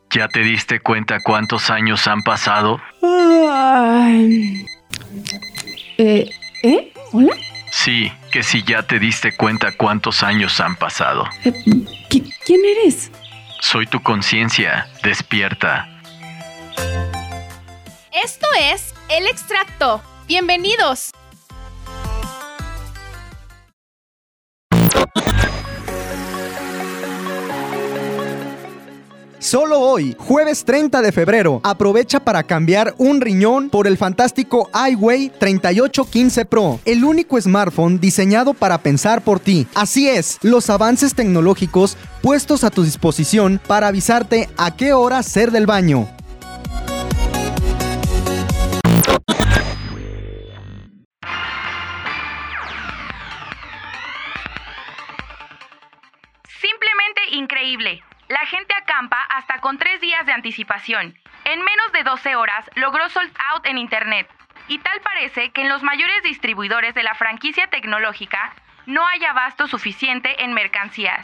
¿Ya te diste cuenta cuántos años han pasado? ¿Hola? Sí, que si ya te diste cuenta cuántos años han pasado. ¿Quién eres? Soy tu conciencia, despierta. Esto es El Extracto. ¡Bienvenidos! Solo hoy, jueves 30 de febrero, aprovecha para cambiar un riñón por el fantástico iWay 3815 Pro, el único smartphone diseñado para pensar por ti. Así es, los avances tecnológicos puestos a tu disposición para avisarte a qué hora hacer del baño. Simplemente increíble. La gente acampa hasta con 3 días de anticipación. En menos de 12 horas logró sold out en internet. Y tal parece que en los mayores distribuidores de la franquicia tecnológica no hay abasto suficiente en mercancías.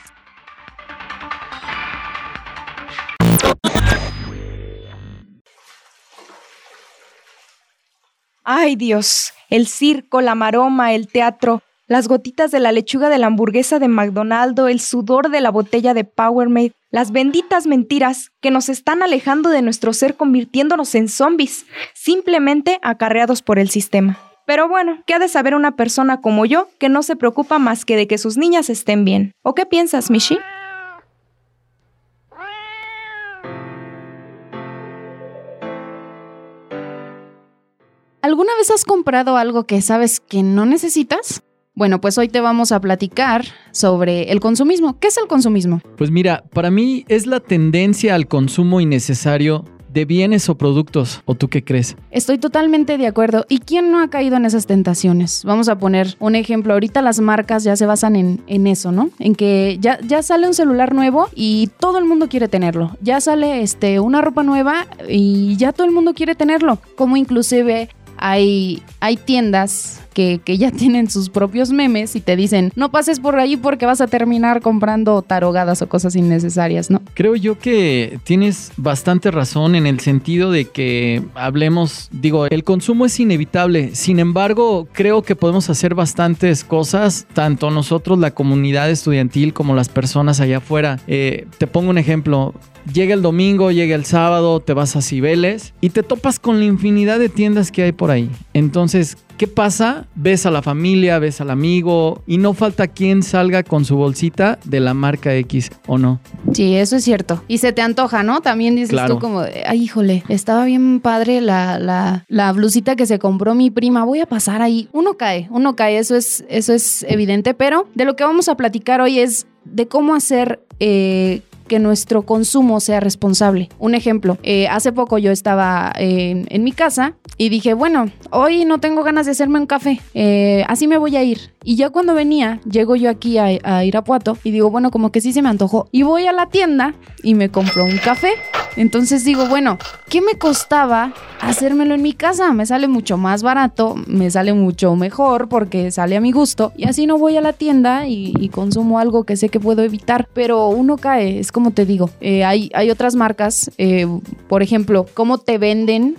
Ay, Dios. El circo, la maroma, el teatro, las gotitas de la lechuga de la hamburguesa de McDonald's, el sudor de la botella de Powerade, las benditas mentiras que nos están alejando de nuestro ser, convirtiéndonos en zombies, simplemente acarreados por el sistema. Pero bueno, ¿qué ha de saber una persona como yo que no se preocupa más que de que sus niñas estén bien? ¿O qué piensas, Mishi? ¿Alguna vez has comprado algo que sabes que no necesitas? Bueno, pues hoy te vamos a platicar sobre el consumismo. ¿Qué es el consumismo? Pues mira, para mí es la tendencia al consumo innecesario de bienes o productos. ¿O tú qué crees? Estoy totalmente de acuerdo. ¿Y quién no ha caído en esas tentaciones? Vamos a poner un ejemplo. Ahorita las marcas ya se basan en eso, ¿no? En que ya sale un celular nuevo y todo el mundo quiere tenerlo. Ya sale una ropa nueva y ya todo el mundo quiere tenerlo. Como inclusive hay tiendas que ya tienen sus propios memes y te dicen, no pases por ahí porque vas a terminar comprando tarugadas o cosas innecesarias, ¿no? Creo yo que tienes bastante razón en el sentido de que el consumo es inevitable. Sin embargo, creo que podemos hacer bastantes cosas, tanto nosotros, la comunidad estudiantil, como las personas allá afuera. Te pongo un ejemplo. Llega el domingo, llega el sábado, te vas a Cibeles y te topas con la infinidad de tiendas que hay por ahí. Entonces, ¿qué pasa? Ves a la familia, ves al amigo y no falta quien salga con su bolsita de la marca X, ¿o no? Sí, eso es cierto. Y se te antoja, ¿no? También dices Claro. tú como, ay, híjole, estaba bien padre la blusita que se compró mi prima, voy a pasar ahí. Uno cae, eso es evidente, pero de lo que vamos a platicar hoy es de cómo hacer que nuestro consumo sea responsable. Un ejemplo, hace poco yo estaba en mi casa y dije, bueno, hoy no tengo ganas de hacerme un café, así me voy a ir. Y ya cuando venía, llego yo aquí a Irapuato y digo, bueno, como que sí se me antojó. Y voy a la tienda y me compro un café. Entonces digo, bueno, ¿qué me costaba hacérmelo en mi casa? Me sale mucho más barato, me sale mucho mejor porque sale a mi gusto. Y así no voy a la tienda y consumo algo que sé que puedo evitar. Pero uno cae, es como te digo. Hay otras marcas, por ejemplo, ¿cómo te venden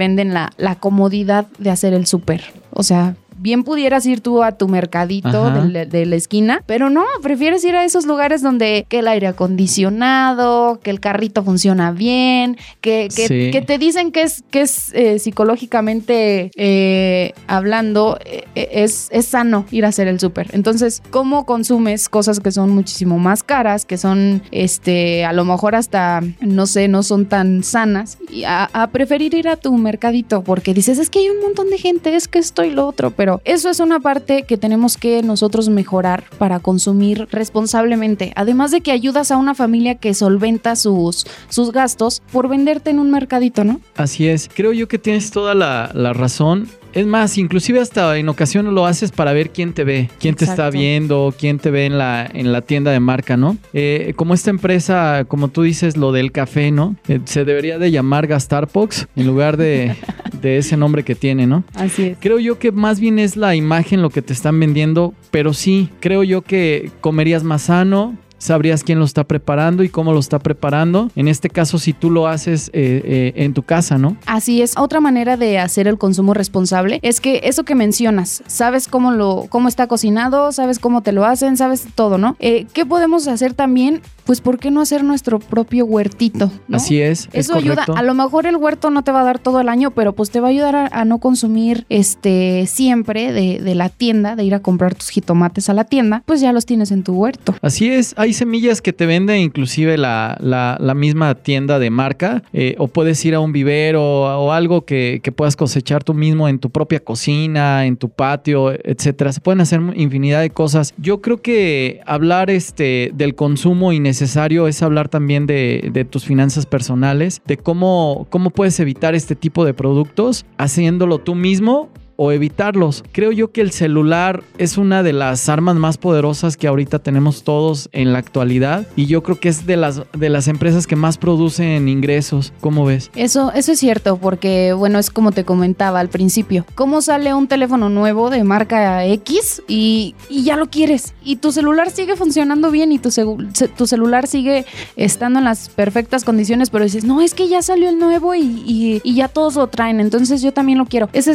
la comodidad de hacer el súper? O sea, bien pudieras ir tú a tu mercadito de la esquina, pero no, prefieres ir a esos lugares donde que el aire acondicionado, que el carrito funciona bien, que te dicen que es psicológicamente hablando, es sano ir a hacer el súper. Entonces, ¿cómo consumes cosas que son muchísimo más caras, que son a lo mejor hasta, no sé, no son tan sanas, y a preferir ir a tu mercadito porque dices, es que hay un montón de gente, es que esto y lo otro, pero eso es una parte que tenemos que nosotros mejorar para consumir responsablemente. Además de que ayudas a una familia que solventa sus gastos por venderte en un mercadito, ¿no? Así es. Creo yo que tienes toda la razón. Es más, inclusive hasta en ocasiones lo haces para ver quién te ve, quién te está viendo, quién te ve en la tienda de marca, ¿no? Como esta empresa, como tú dices, lo del café, ¿no? Se debería de llamar Gastarpox en lugar de ese nombre que tiene, ¿no? Así es. Creo yo que más bien es la imagen lo que te están vendiendo, pero sí, creo yo que comerías más sano, sabrías quién lo está preparando y cómo lo está preparando. En este caso, si tú lo haces en tu casa, ¿no? Así es. Otra manera de hacer el consumo responsable es que eso que mencionas, sabes cómo está cocinado, sabes cómo te lo hacen, sabes todo, ¿no? ¿Qué podemos hacer también? Pues ¿por qué no hacer nuestro propio huertito, ¿no? Así es. Eso es ayuda. A lo mejor el huerto no te va a dar todo el año, pero pues te va a ayudar a no consumir siempre de la tienda, de ir a comprar tus jitomates a la tienda, pues ya los tienes en tu huerto. Así es. Hay semillas que te vende inclusive la misma tienda de marca, o puedes ir a un vivero o algo que puedas cosechar tú mismo en tu propia cocina, en tu patio, etcétera. Se pueden hacer infinidad de cosas. Yo creo que hablar del consumo innecesario es hablar también de tus finanzas personales, de cómo puedes evitar este tipo de productos haciéndolo tú mismo o evitarlos. Creo yo que el celular es una de las armas más poderosas que ahorita tenemos todos en la actualidad, y yo creo que es de las empresas que más producen ingresos. ¿Cómo ves? Eso es cierto, porque bueno, es como te comentaba al principio. ¿Cómo sale un teléfono nuevo de marca X y ya lo quieres? Y tu celular sigue funcionando bien y tu celular sigue estando en las perfectas condiciones, pero dices, no, es que ya salió el nuevo y ya todos lo traen, entonces yo también lo quiero. Esa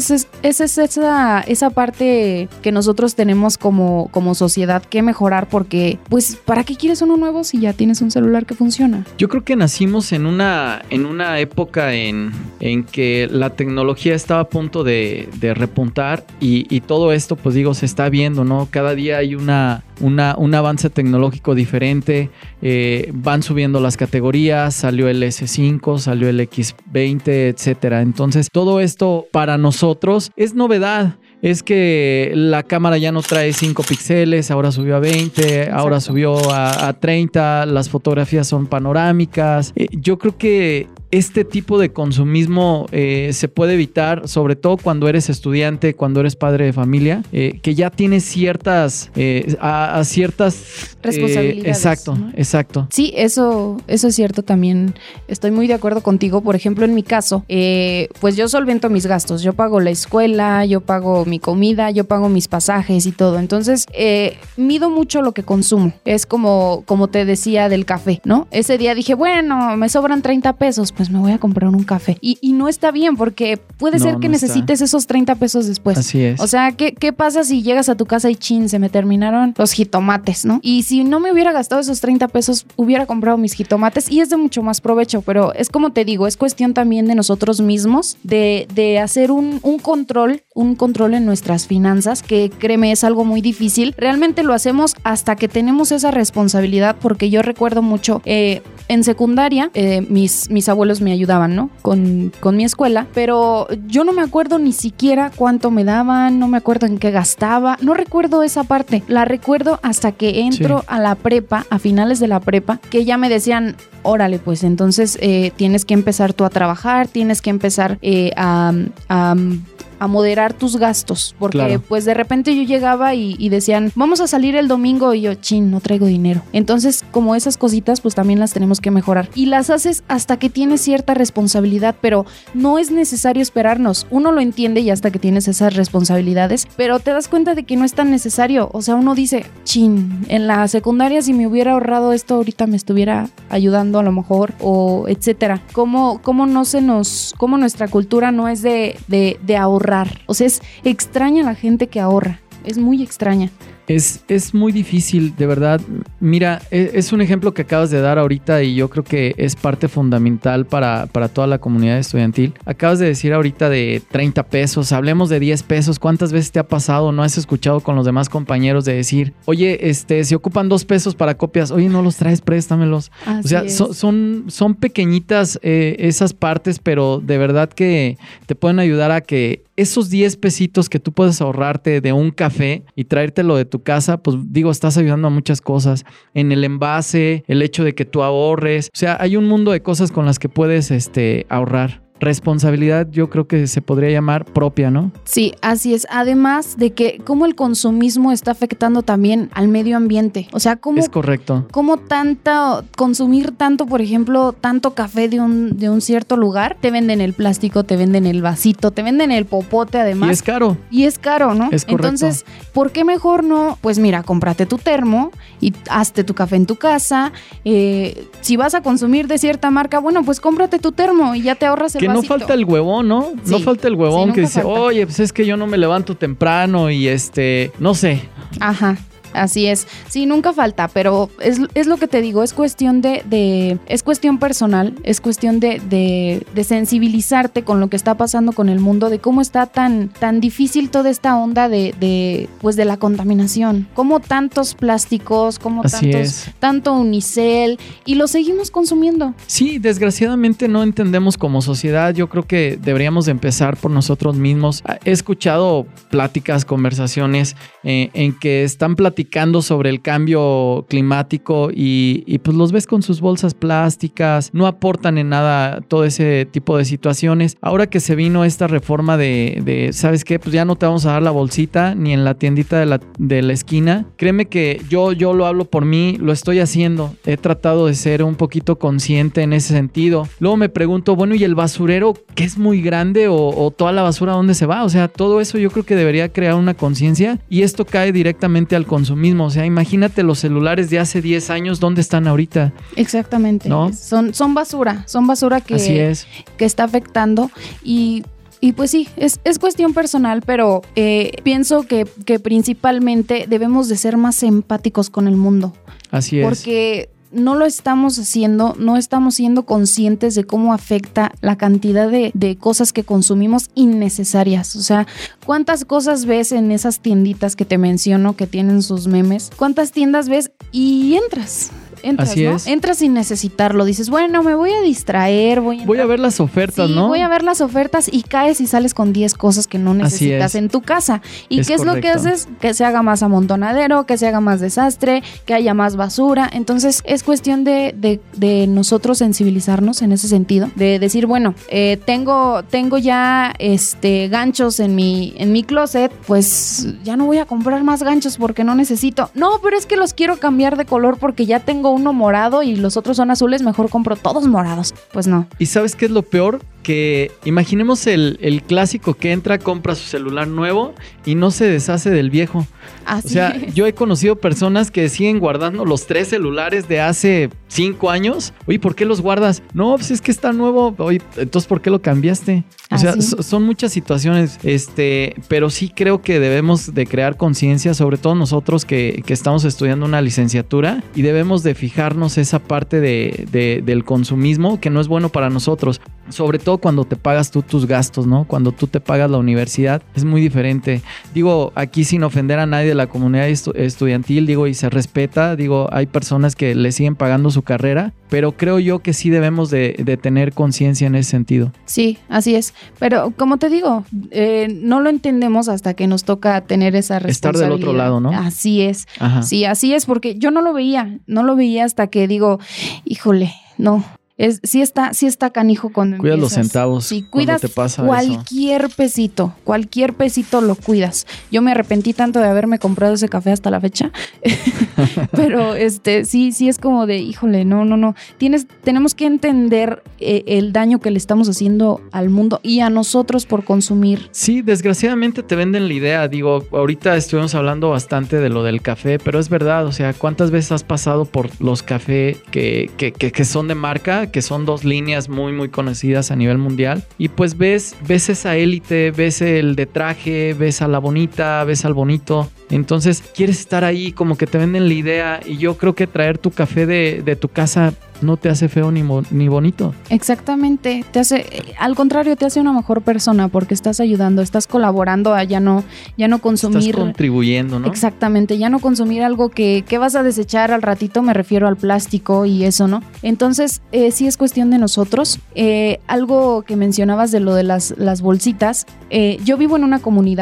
parte que nosotros tenemos como sociedad que mejorar, porque pues ¿para qué quieres uno nuevo si ya tienes un celular que funciona? Yo creo que nacimos en una época en que la tecnología estaba a punto de repuntar, y todo esto pues digo se está viendo, ¿no? Cada día hay un avance tecnológico diferente, van subiendo las categorías, salió el S5, salió el X20, etcétera. Entonces todo esto para nosotros es novedad. Es que la cámara ya no trae 5 píxeles, ahora subió a 20, exacto, ahora subió a 30, las fotografías son panorámicas. Yo creo que este tipo de consumismo se puede evitar, sobre todo cuando eres estudiante, cuando eres padre de familia, que ya tienes ciertas responsabilidades. Exacto, ¿no? Exacto. Sí, eso es cierto también. Estoy muy de acuerdo contigo. Por ejemplo, en mi caso, pues yo solvento mis gastos. Yo pago la escuela, yo pago mi comida, yo pago mis pasajes y todo. Entonces, mido mucho lo que consumo. Es como te decía del café, ¿no? Ese día dije, bueno, me sobran 30 pesos, pues me voy a comprar un café. Y no está bien, porque puede ser que necesites esos 30 pesos después. Así es. O sea, ¿qué pasa si llegas a tu casa y se me terminaron los jitomates, ¿no? Y si no me hubiera gastado esos 30 pesos, hubiera comprado mis jitomates, y es de mucho más provecho. Pero es como te digo, es cuestión también de nosotros mismos de hacer un control en nuestras finanzas, que créeme, es algo muy difícil. Realmente lo hacemos hasta que tenemos esa responsabilidad, porque yo recuerdo mucho, en secundaria, mis abuelos me ayudaban, ¿no? Con mi escuela, pero yo no me acuerdo ni siquiera cuánto me daban, no me acuerdo en qué gastaba, no recuerdo esa parte. La recuerdo hasta que entro a la prepa, a finales de la prepa, que ya me decían, órale, pues entonces tienes que empezar tú a trabajar, tienes que empezar a moderar tus gastos, porque claro, pues de repente yo llegaba y decían, vamos a salir el domingo, y yo, no traigo dinero. Entonces, como esas cositas, pues también las tenemos que mejorar, y las haces hasta que tienes cierta responsabilidad, pero no es necesario esperarnos. Uno lo entiende ya hasta que tienes esas responsabilidades, pero te das cuenta de que no es tan necesario. O sea, uno dice, en la secundaria si me hubiera ahorrado esto, ahorita me estuviera ayudando a lo mejor, o etcétera. ¿Cómo nuestra cultura no es de ahorrar? O sea, es extraña la gente que ahorra. Es muy extraña. Es muy difícil, de verdad. Mira, es un ejemplo que acabas de dar ahorita, y yo creo que es parte fundamental para toda la comunidad estudiantil. Acabas de decir ahorita de 30 pesos, hablemos de 10 pesos. ¿Cuántas veces te ha pasado, no has escuchado con los demás compañeros de decir, oye, se ocupan 2 pesos para copias, oye, no los traes, préstamelos? Así o sea, son pequeñitas esas partes, pero de verdad que te pueden ayudar a que esos 10 pesitos que tú puedes ahorrarte de un café y traértelo de tu casa, pues digo, estás ayudando a muchas cosas. En el envase, el hecho de que tú ahorres. O sea, hay un mundo de cosas con las que puedes ahorrar. responsabilidad, yo creo que se podría llamar propia, ¿no? Sí, así es. Además de que cómo el consumismo está afectando también al medio ambiente. O sea, cómo... Es correcto. Cómo consumir tanto, por ejemplo, tanto café de un cierto lugar, te venden el plástico, te venden el vasito, te venden el popote además. Y es caro. Y es caro, ¿no? Es correcto. Entonces, ¿por qué mejor no? Pues mira, cómprate tu termo y hazte tu café en tu casa. Si vas a consumir de cierta marca, bueno, pues cómprate tu termo y ya te ahorras el que vasito. No falta el huevón, ¿no? Sí. No falta el huevón que dice, falta. oye, pues es que yo no me levanto temprano y no sé. Ajá. Así es. Sí, nunca falta, pero es lo que te digo, es cuestión es cuestión personal, es cuestión de sensibilizarte con lo que está pasando con el mundo, de cómo está tan Así difícil toda esta onda de la contaminación, como tantos plásticos, como tanto unicel, y lo seguimos consumiendo. Sí, desgraciadamente no entendemos como sociedad. Yo creo que deberíamos de empezar por nosotros mismos. He escuchado pláticas, conversaciones en que están platicando sobre el cambio climático y pues los ves con sus bolsas plásticas, no aportan en nada todo ese tipo de situaciones. Ahora que se vino esta reforma de ¿sabes qué? Pues ya no te vamos a dar la bolsita ni en la tiendita de la esquina. Créeme que yo lo hablo por mí, lo estoy haciendo. He tratado de ser un poquito consciente en ese sentido. Luego me pregunto, bueno, ¿y el basurero que es muy grande o toda la basura dónde se va? O sea, todo eso yo creo que debería crear una conciencia y esto cae directamente al consumismo. O sea, imagínate los celulares de hace 10 años, ¿dónde están ahorita? Exactamente. ¿No? Son basura que, así es, que está afectando y pues sí, es cuestión personal, pero pienso que principalmente debemos de ser más empáticos con el mundo. Así es. Porque no lo estamos haciendo, no estamos siendo conscientes de cómo afecta la cantidad de cosas que consumimos innecesarias. O sea, ¿cuántas cosas ves en esas tienditas que te menciono que tienen sus memes? ¿Cuántas tiendas ves y entras? Así ¿no? Es. Entras sin necesitarlo. Dices, bueno, me voy a distraer, voy a ver las ofertas, ¿no? Voy a ver las ofertas y caes y sales con 10 cosas que no necesitas en tu casa. ¿Y qué es lo que haces? Que se haga más amontonadero, que se haga más desastre, que haya más basura. Entonces, es cuestión de nosotros sensibilizarnos en ese sentido. De decir, bueno, tengo ya ganchos en mi closet, pues ya no voy a comprar más ganchos porque no necesito. No, pero es que los quiero cambiar de color porque ya tengo uno morado y los otros son azules, mejor compro todos morados. Pues no. ¿Y sabes qué es lo peor? Que imaginemos el clásico que entra, compra su celular nuevo y no se deshace del viejo. Así o sea, es. Yo he conocido personas que siguen guardando los 3 celulares de hace 5 años. Oye, ¿por qué los guardas? No, pues es que está nuevo. Oye, entonces ¿por qué lo cambiaste? O sea, son muchas situaciones, pero sí creo que debemos de crear conciencia, sobre todo nosotros que estamos estudiando una licenciatura, y debemos de fijarnos esa parte del consumismo que no es bueno para nosotros. Sobre todo cuando te pagas tú tus gastos, ¿no? Cuando tú te pagas la universidad, es muy diferente. Digo, aquí sin ofender a nadie de la comunidad estudiantil, digo, y se respeta, digo, hay personas que le siguen pagando su carrera, pero creo yo que sí debemos de tener conciencia en ese sentido. Sí, así es. Pero como te digo, no lo entendemos hasta que nos toca tener esa responsabilidad. Estar del otro lado, ¿no? Así es. Ajá. Sí, así es, porque yo no lo veía hasta que digo, híjole, no. Sí está canijo cuando cuidas empiezas. Los centavos. Sí, cuidas te pasa cualquier pesito lo cuidas. Yo me arrepentí tanto de haberme comprado ese café hasta la fecha. Pero sí es como de, híjole, no. Tenemos que entender el daño que le estamos haciendo al mundo y a nosotros por consumir. Sí, desgraciadamente te venden la idea. Digo, ahorita estuvimos hablando bastante de lo del café, pero es verdad, o sea, ¿cuántas veces has pasado por los cafés que son de marca? Que son 2 líneas muy muy conocidas a nivel mundial, y pues ves esa élite, ves el de traje, ves a la bonita, ves al bonito, entonces quieres estar ahí, como que te venden la idea, y yo creo que traer tu café de tu casa no te hace feo ni bonito. Exactamente, al contrario, te hace una mejor persona porque estás ayudando, estás colaborando a ya no consumir. Estás contribuyendo, ¿no? Exactamente, ya no consumir algo que vas a desechar al ratito, me refiero al plástico y eso, ¿no? Entonces, sí es cuestión de nosotros. Algo que mencionabas de lo de las bolsitas, yo vivo en una comunidad.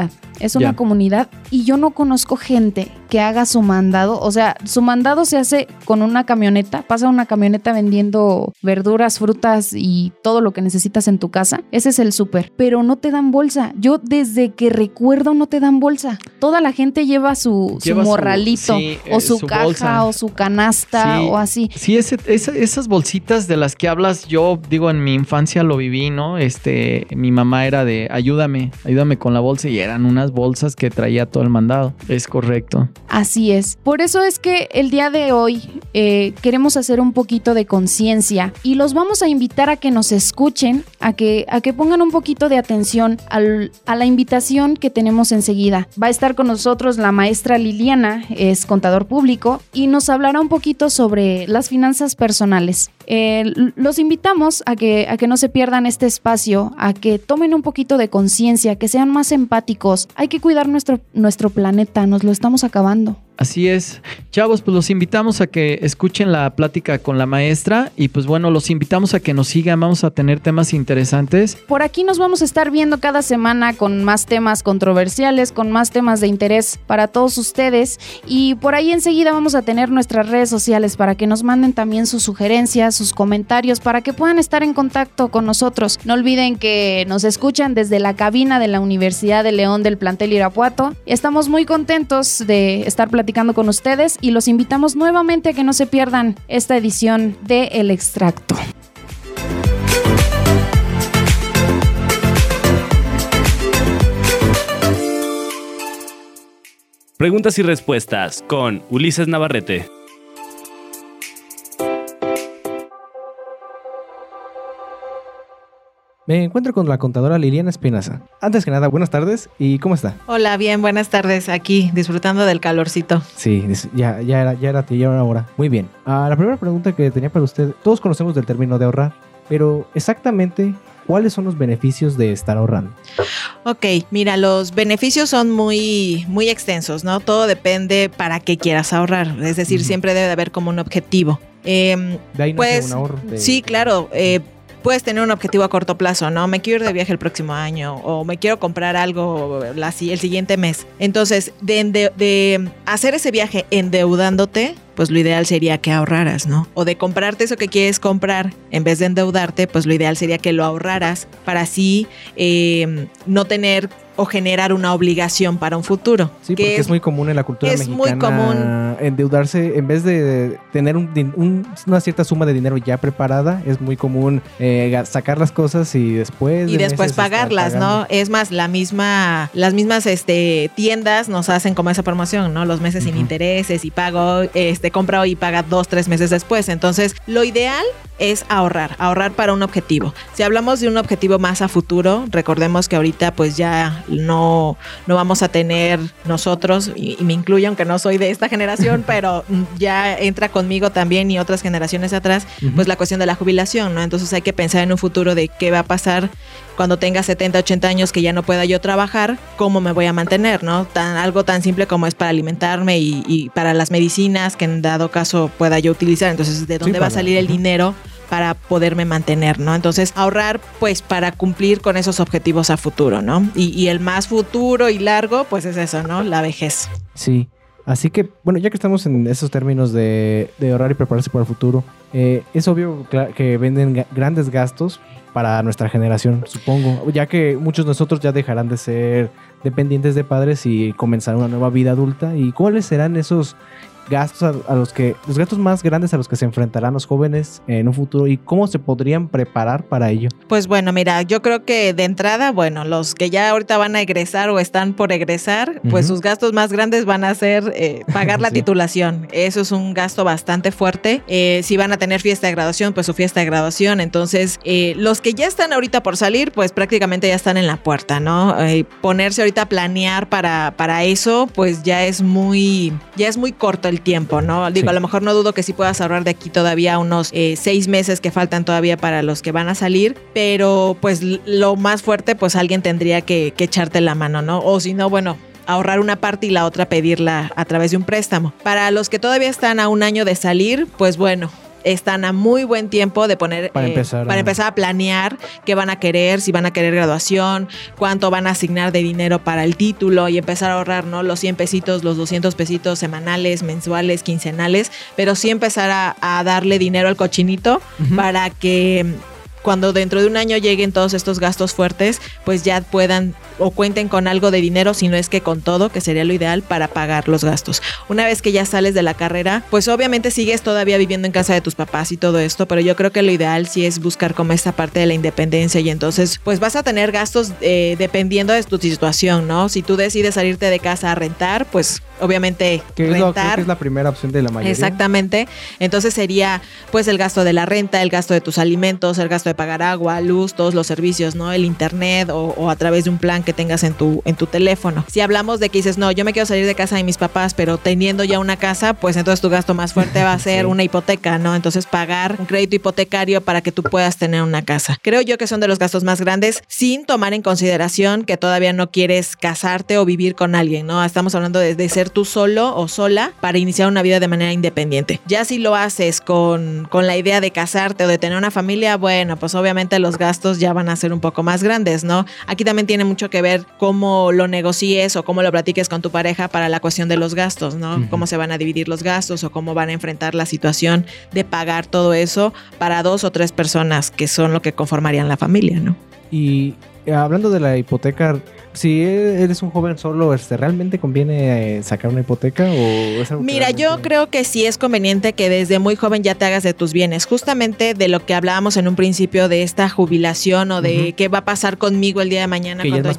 es una Ya. comunidad y yo no conozco gente que haga su mandado. O sea, su mandado se hace con una camioneta, pasa una camioneta vendiendo verduras, frutas y todo lo que necesitas en tu casa. Ese es el súper, pero no te dan bolsa. Yo desde que recuerdo no te dan bolsa. Toda la gente lleva su morralito sí, o su caja bolsa. o su canasta Sí. o así. Sí, esas bolsitas de las que hablas, yo digo, en mi infancia lo viví, ¿no? Mi mamá era de ayúdame con la bolsa y eran unas bolsas que traía todo el mandado. Es correcto. Así es. Por eso es que el día de hoy queremos hacer un poquito de conciencia y los vamos a invitar a que nos escuchen, a que pongan un poquito de atención a la invitación que tenemos enseguida. Va a estar con nosotros la maestra Liliana, es contador público, y nos hablará un poquito sobre las finanzas personales. Los invitamos a que no se pierdan este espacio, a que tomen un poquito de conciencia, que sean más empáticos. Hay que cuidar nuestro planeta, nos lo estamos acabando. Así es. Chavos, pues los invitamos a que escuchen la plática con la maestra y pues bueno, los invitamos a que nos sigan. Vamos a tener temas interesantes. Por aquí nos vamos a estar viendo cada semana con más temas controversiales, con más temas de interés para todos ustedes, y por ahí enseguida vamos a tener nuestras redes sociales para que nos manden también sus sugerencias, sus comentarios, para que puedan estar en contacto con nosotros. No olviden que nos escuchan desde la cabina de la Universidad de León del plantel Irapuato. Estamos muy contentos de estar platicando con ustedes y los invitamos nuevamente a que no se pierdan esta edición de El Extracto. Preguntas y respuestas con Ulises Navarrete. Me encuentro con la contadora Liliana Espinaza. Antes que nada, buenas tardes y ¿cómo está? Hola, bien, buenas tardes. Aquí disfrutando del calorcito. Sí, ya era hora. Muy bien. La primera pregunta que tenía para usted, todos conocemos del término de ahorrar, pero exactamente, ¿cuáles son los beneficios de estar ahorrando? Ok, mira, los beneficios son muy, muy extensos, ¿no? Todo depende para qué quieras ahorrar. Es decir, siempre debe de haber como un objetivo. De ahí nace un ahorro. Sí, claro. Puedes tener un objetivo a corto plazo, ¿no? Me quiero ir de viaje el próximo año o me quiero comprar algo el siguiente mes. Entonces, de hacer ese viaje endeudándote, pues lo ideal sería que ahorraras, ¿no? O de comprarte eso que quieres comprar en vez de endeudarte, pues lo ideal sería que lo ahorraras para así no tener o generar una obligación para un futuro. Sí, porque es muy común en la cultura mexicana. Es muy común endeudarse en vez de tener una cierta suma de dinero ya preparada. Es muy común sacar las cosas y después pagarlas, ¿no? Es más, las mismas tiendas nos hacen como esa promoción, ¿no? Los meses sin intereses y pago, compra hoy y paga 2-3 meses después. Entonces, lo ideal es ahorrar para un objetivo. Si hablamos de un objetivo más a futuro, recordemos que ahorita pues ya no vamos a tener nosotros, y me incluyo aunque no soy de esta generación, pero ya entra conmigo también y otras generaciones atrás, pues la cuestión de la jubilación, ¿no? Entonces hay que pensar en un futuro de qué va a pasar cuando tenga 70, 80 años que ya no pueda yo trabajar, cómo me voy a mantener, ¿no? Algo tan simple como es para alimentarme y para las medicinas que en dado caso pueda yo utilizar. Entonces, ¿de dónde va a salir el dinero para poderme mantener, ¿no? Entonces, ahorrar, pues, para cumplir con esos objetivos a futuro, ¿no? Y el más futuro y largo, pues es eso, ¿no? La vejez. Sí. Así que, bueno, ya que estamos en esos términos de ahorrar y prepararse para el futuro, es obvio que venden grandes gastos para nuestra generación, supongo, ya que muchos de nosotros ya dejarán de ser dependientes de padres y comenzarán una nueva vida adulta. ¿Y cuáles serán esos gastos los gastos más grandes a los que se enfrentarán los jóvenes en un futuro y cómo se podrían preparar para ello? Pues bueno, mira, yo creo que de entrada, bueno, los que ya ahorita van a egresar o están por egresar, pues sus gastos más grandes van a ser pagar la titulación. Eso es un gasto bastante fuerte. Si van a tener fiesta de graduación, pues su fiesta de graduación. Entonces, los que ya están ahorita por salir, pues prácticamente ya están en la puerta, ¿no? Ponerse ahorita a planear para eso, pues ya es muy corto el tiempo, ¿no? Digo, a lo mejor no dudo que sí puedas ahorrar de aquí todavía unos 6 meses que faltan todavía para los que van a salir, pero pues lo más fuerte, pues alguien tendría que echarte la mano, ¿no? O si no, bueno, ahorrar una parte y la otra pedirla a través de un préstamo. Para los que todavía están a un año de salir, pues bueno, están a muy buen tiempo de poner para empezar a planear qué van a querer, si van a querer graduación, cuánto van a asignar de dinero para el título y empezar a ahorrar, ¿no? Los 100 pesitos, los 200 pesitos semanales, mensuales, quincenales, pero sí empezar a darle dinero al cochinito para que cuando dentro de un año lleguen todos estos gastos fuertes, pues ya puedan o cuenten con algo de dinero, si no es que con todo, que sería lo ideal para pagar los gastos. Una vez que ya sales de la carrera, pues obviamente sigues todavía viviendo en casa de tus papás y todo esto, pero yo creo que lo ideal sí es buscar como esta parte de la independencia y entonces pues vas a tener gastos dependiendo de tu situación, ¿no? Si tú decides salirte de casa a rentar, pues obviamente rentar. Que es la primera opción de la mayoría. Exactamente. Entonces sería pues el gasto de la renta, el gasto de tus alimentos, el gasto de pagar agua, luz, todos los servicios, ¿no? El internet o a través de un plan que tengas en tu teléfono. Si hablamos de que dices, no, yo me quiero salir de casa de mis papás, pero teniendo ya una casa, pues entonces tu gasto más fuerte va a ser una hipoteca, ¿no? Entonces pagar un crédito hipotecario para que tú puedas tener una casa. Creo yo que son de los gastos más grandes, sin tomar en consideración que todavía no quieres casarte o vivir con alguien, ¿no? Estamos hablando de ser tú solo o sola para iniciar una vida de manera independiente. Ya si lo haces con la idea de casarte o de tener una familia, bueno, pues obviamente los gastos ya van a ser un poco más grandes, ¿no? Aquí también tiene mucho que ver cómo lo negocies o cómo lo platiques con tu pareja para la cuestión de los gastos, ¿no? Cómo se van a dividir los gastos o cómo van a enfrentar la situación de pagar todo eso para 2 o 3 personas que son lo que conformarían la familia, ¿no? Y hablando de la hipoteca, si eres un joven solo, ¿realmente conviene sacar una hipoteca o es algo? Mira, yo creo que sí es conveniente que desde muy joven ya te hagas de tus bienes, justamente de lo que hablábamos en un principio de esta jubilación o de qué va a pasar conmigo el día de mañana que cuando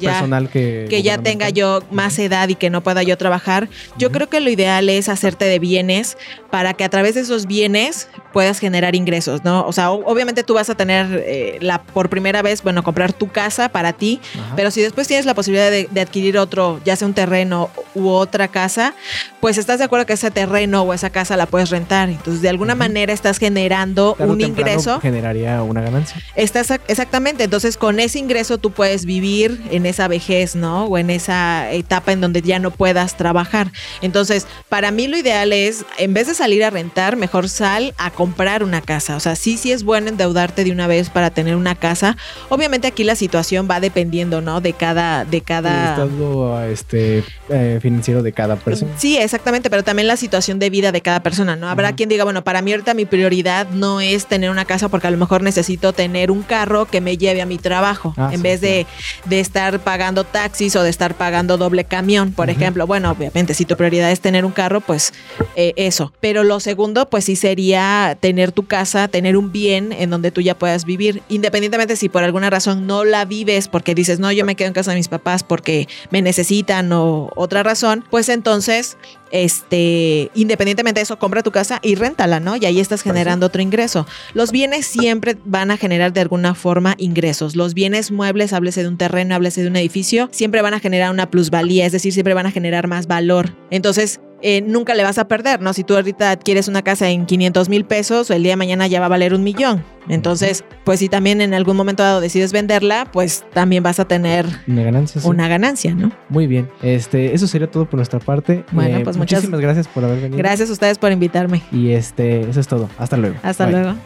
ya tenga yo más edad y que no pueda yo trabajar. Yo creo que lo ideal es hacerte de bienes para que a través de esos bienes puedas generar ingresos, ¿no? O sea, obviamente tú vas a tener por primera vez, bueno, comprar tu casa para ti, pero si después tienes la posibilidad de adquirir otro, ya sea un terreno u otra casa, pues estás de acuerdo que ese terreno o esa casa la puedes rentar. Entonces, de alguna manera estás generando un ingreso. Generaría una ganancia. Exactamente. Entonces, con ese ingreso tú puedes vivir en esa vejez, ¿no? O en esa etapa en donde ya no puedas trabajar. Entonces, para mí lo ideal es, en vez de salir a rentar, mejor sal a comprar una casa. O sea, sí es bueno endeudarte de una vez para tener una casa. Obviamente aquí la situación va dependiendo, ¿no? De cada el estado financiero de cada persona. Sí, exactamente, pero también la situación de vida de cada persona, ¿no? Habrá quien diga, bueno, para mí ahorita mi prioridad no es tener una casa porque a lo mejor necesito tener un carro que me lleve a mi trabajo en vez de estar pagando taxis o de estar pagando doble camión, por ejemplo. Bueno, obviamente, si tu prioridad es tener un carro, pues eso. Pero lo segundo, pues sí sería tener tu casa, tener un bien en donde tú ya puedas vivir, independientemente si por alguna razón no la vives porque dices, no, yo me quedo en casa de mis papás porque me necesitan o otra razón, pues entonces, independientemente de eso, compra tu casa y réntala, ¿no? Y ahí estás generando otro ingreso. Los bienes siempre van a generar de alguna forma ingresos. Los bienes muebles, háblese de un terreno, háblese de un edificio, siempre van a generar una plusvalía, es decir, siempre van a generar más valor. Entonces, nunca le vas a perder, ¿no? Si tú ahorita adquieres una casa en 500,000 pesos, el día de mañana ya va a valer 1,000,000. Entonces, pues si también en algún momento dado decides venderla, pues también vas a tener una ganancia, ¿no? Muy bien. Eso sería todo por nuestra parte. Bueno, pues muchísimas gracias por haber venido. Gracias a ustedes por invitarme. Y eso es todo. Hasta luego. Hasta luego.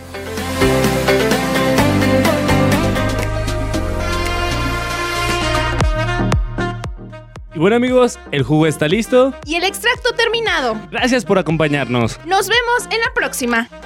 Y bueno, amigos, el jugo está listo. Y el extracto terminado. Gracias por acompañarnos. Nos vemos en la próxima.